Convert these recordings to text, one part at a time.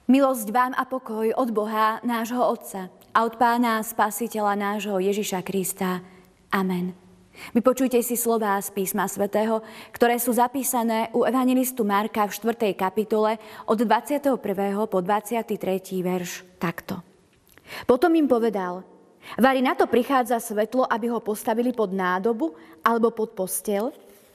Milosť vám a pokoj od Boha, nášho Otca a od Pána Spasiteľa nášho Ježiša Krista. Amen. Vypočujte si slová z písma svätého, ktoré sú zapísané u evangelistu Marka v 4. kapitole od 21. po 23. verš takto. Potom im povedal: Vari na to prichádza svetlo, aby ho postavili pod nádobu alebo pod posteľ?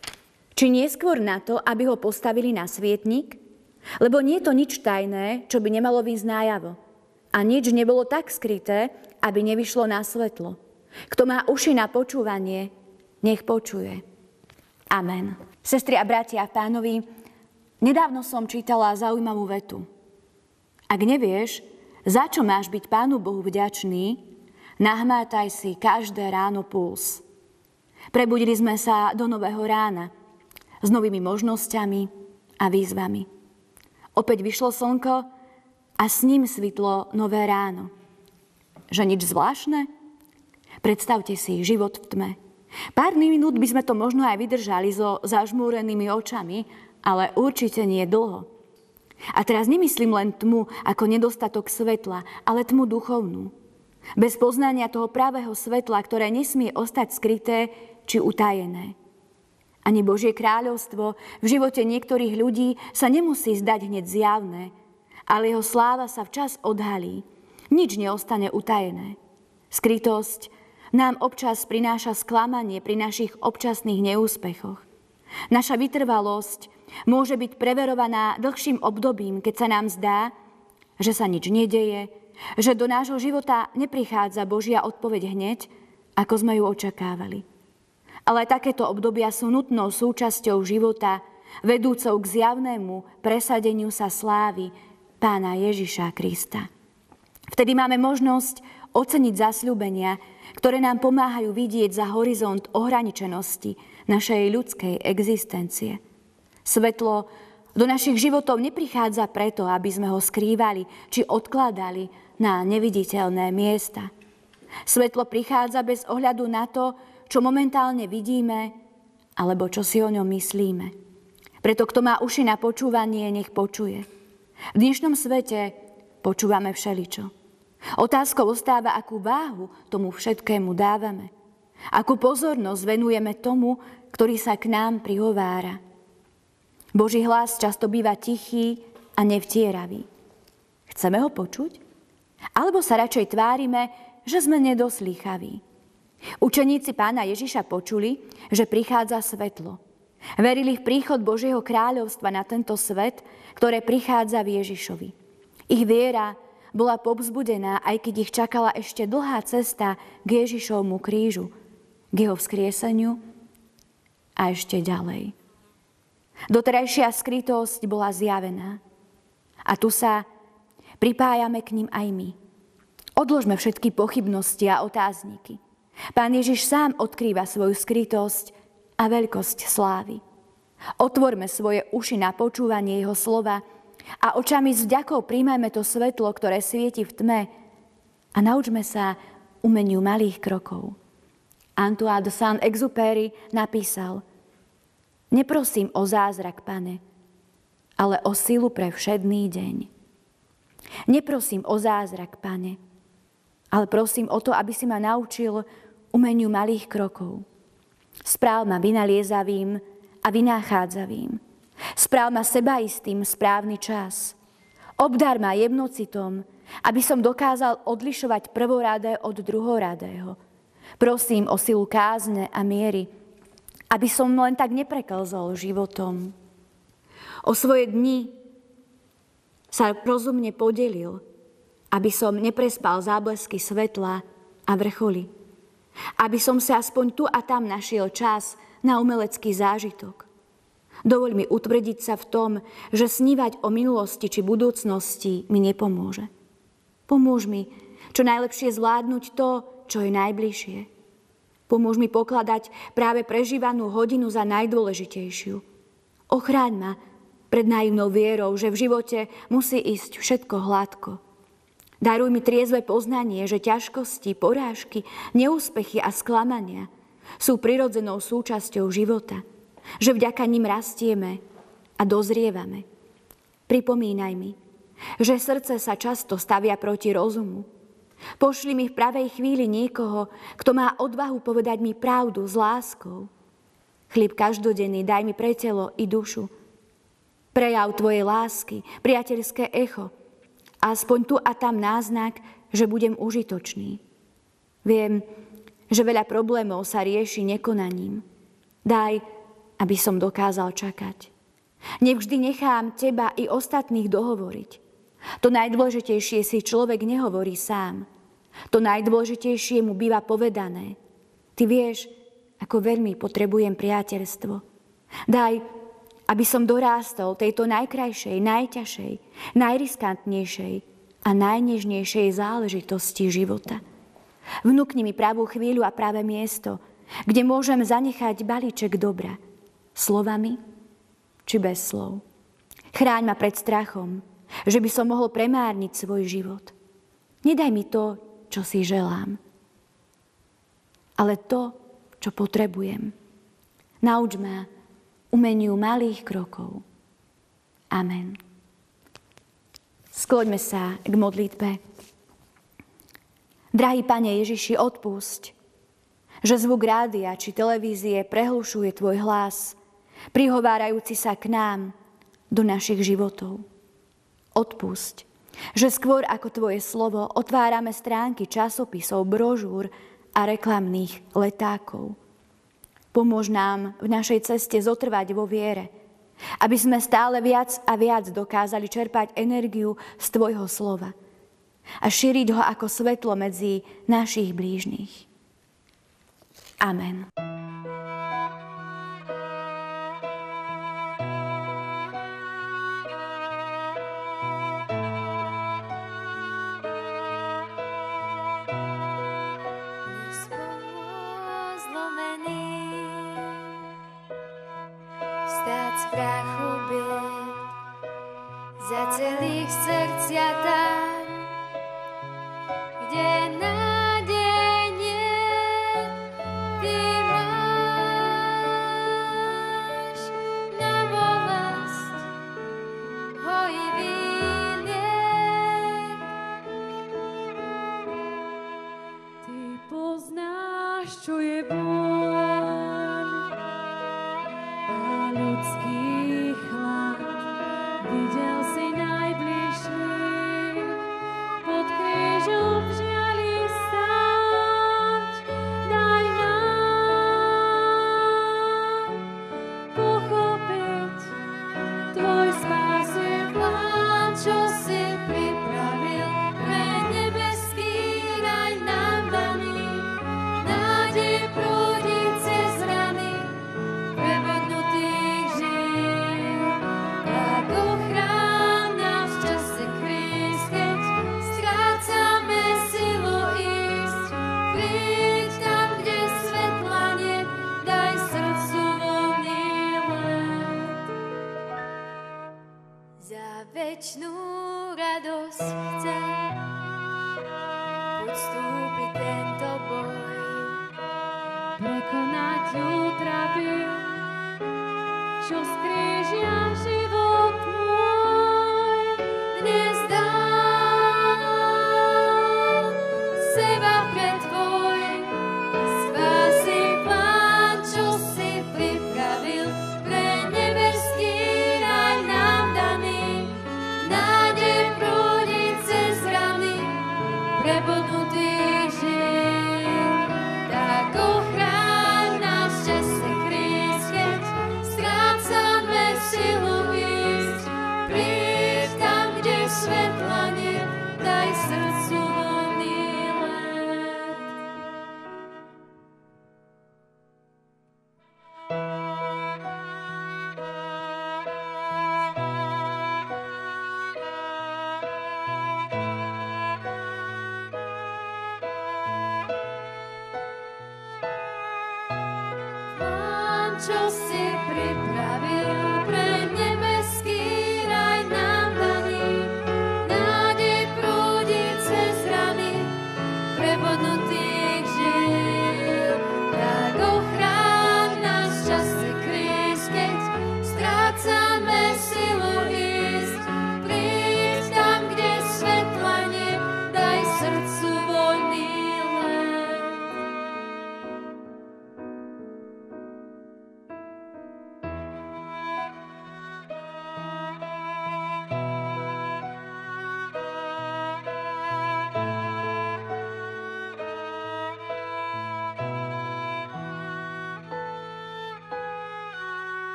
Či neskôr na to, aby ho postavili na svietnik? Lebo nie je to nič tajné, čo by nemalo výjsť najavo. A nič nebolo tak skryté, aby nevyšlo na svetlo. Kto má uši na počúvanie, nech počuje. Amen. Sestry a bratia v Pánovi, nedávno som čítala zaujímavú vetu. Ak nevieš, za čo máš byť Pánu Bohu vďačný, nahmátaj si každé ráno puls. Prebudili sme sa do nového rána s novými možnosťami a výzvami. Opäť vyšlo slnko a s ním svitlo nové ráno. Že nič zvláštne? Predstavte si život v tme. Pár minút by sme to možno aj vydržali so zažmúrenými očami, ale určite nie dlho. A teraz nemyslím len tmu ako nedostatok svetla, ale tmu duchovnú. Bez poznania toho pravého svetla, ktoré nesmie ostať skryté či utajené. Ani Božie kráľovstvo v živote niektorých ľudí sa nemusí zdať hneď zjavné, ale jeho sláva sa včas odhalí. Nič neostane utajené. Skrytosť nám občas prináša sklamanie pri našich občasných neúspechoch. Naša vytrvalosť môže byť preverovaná dlhším obdobím, keď sa nám zdá, že sa nič nedeje, že do nášho života neprichádza Božia odpoveď hneď, ako sme ju očakávali. Ale takéto obdobia sú nutnou súčasťou života, vedúcou k zjavnému presadeniu sa slávy Pána Ježiša Krista. Vtedy máme možnosť oceniť zasľúbenia, ktoré nám pomáhajú vidieť za horizont ohraničenosti našej ľudskej existencie. Svetlo do našich životov neprichádza preto, aby sme ho skrývali či odkladali na neviditeľné miesta. Svetlo prichádza bez ohľadu na to, čo momentálne vidíme, alebo čo si o ňom myslíme. Preto, kto má uši na počúvanie, nech počuje. V dnešnom svete počúvame všeličo. Otázkou ostáva, akú váhu tomu všetkému dávame. Akú pozornosť venujeme tomu, ktorý sa k nám prihovára. Boží hlas často býva tichý a nevtieravý. Chceme ho počuť? Alebo sa radšej tvárime, že sme nedoslýchaví? Učeníci Pána Ježiša počuli, že prichádza svetlo. Verili v príchod Božieho kráľovstva na tento svet, ktoré prichádza v Ježišovi. Ich viera bola povzbudená, aj keď ich čakala ešte dlhá cesta k Ježišovmu krížu, k jeho vzkrieseniu a ešte ďalej. Doterajšia skrytosť bola zjavená. A tu sa pripájame k ním aj my. Odložme všetky pochybnosti a otázniky. Pán Ježiš sám odkrýva svoju skrytosť a veľkosť slávy. Otvorme svoje uši na počúvanie jeho slova a očami s vďakou príjmajme to svetlo, ktoré svieti v tme a naučme sa umeniu malých krokov. Antoine de Saint-Exupéry napísal: Neprosím o zázrak, Pane, ale o silu pre všedný deň. Neprosím o zázrak, Pane, ale prosím o to, aby si ma naučil umeniu malých krokov. Správ ma vynaliezavým a vynáchádzavým. Správ ma sebaistým správny čas. Obdar ma jemnocitom, aby som dokázal odlišovať prvoradé od druhoradého. Prosím o silu kázne a miery, aby som len tak nepreklzol životom. O svoje dni sa rozumne podelil, aby som neprespal záblesky svetla a vrcholy. Aby som sa aspoň tu a tam našiel čas na umelecký zážitok. Dovoľ mi utvrdiť sa v tom, že snívať o minulosti či budúcnosti mi nepomôže. Pomôž mi čo najlepšie zvládnuť to, čo je najbližšie. Pomôž mi pokladať práve prežívanú hodinu za najdôležitejšiu. Ochráň ma pred naivnou vierou, že v živote musí ísť všetko hladko. Daruj mi triezve poznanie, že ťažkosti, porážky, neúspechy a sklamania sú prirodzenou súčasťou života, že vďaka nim rastieme a dozrievame. Pripomínaj mi, že srdce sa často stavia proti rozumu. Pošli mi v pravej chvíli niekoho, kto má odvahu povedať mi pravdu s láskou. Chlieb každodenný daj mi pre telo i dušu. Prejav tvojej lásky, priateľské echo, aspoň tu a tam náznak, že budem užitočný. Viem, že veľa problémov sa rieši nekonaním. Daj, aby som dokázal čakať. Nevždy nechám teba i ostatných dohovoriť. To najdôležitejšie si človek nehovorí sám. To najdôležitejšie mu býva povedané. Ty vieš, ako veľmi potrebujem priateľstvo. Daj, aby som dorástol tejto najkrajšej, najťažšej, najriskantnejšej a najnežnejšej záležitosti života. Vnúkni mi pravú chvíľu a práve miesto, kde môžem zanechať balíček dobra, slovami či bez slov. Chráň ma pred strachom, že by som mohol premárniť svoj život. Nedaj mi to, čo si želám, ale to, čo potrebujem. Nauč ma umeniu malých krokov. Amen. Skloňme sa k modlitbe. Drahý Pane Ježiši, odpusť, že zvuk rádia či televízie prehlušuje tvoj hlas, prihovárajúci sa k nám do našich životov. Odpusť, že skôr ako tvoje slovo otvárame stránky časopisov, brožúr a reklamných letákov. Pomôž nám v našej ceste zotrvať vo viere, aby sme stále viac a viac dokázali čerpať energiu z tvojho slova a šíriť ho ako svetlo medzi našich blížnych. Amen. Z prachu bied, za celých srdcia tam, kde nádej nie, ty máš na bolesť hojivý liek. Ty poznáš, čo je bôľ a ľudský chlad. Videl si najbližších pod krížom v žiali stáť. Daj nám pochopiť tvoj spásy plán, čo si pripravil pre nebeský raj nám daný. Nádej prúdi cez rany prebodnutých žil. Tak ochrán nás v čase kríz, keď strácame silu ísť. Príď tam, kde svetla nie, daj srdcu voľný let. Za večnú radosť chcem podstúpiť tento boj, prekonať útrapy, čo skrížia život môj. Dnes dám seba pre tvoj spásy plán, čo si pripravil pre nebeský raj nám daný. Nádej prúdi cez rany prebodnutých žil. Tak ochráň nás v čase kríz, keď strácame silu ísť. Príď tam, kde svetla nie, daj srdcu voľný let. Plán, čo si pripravil pre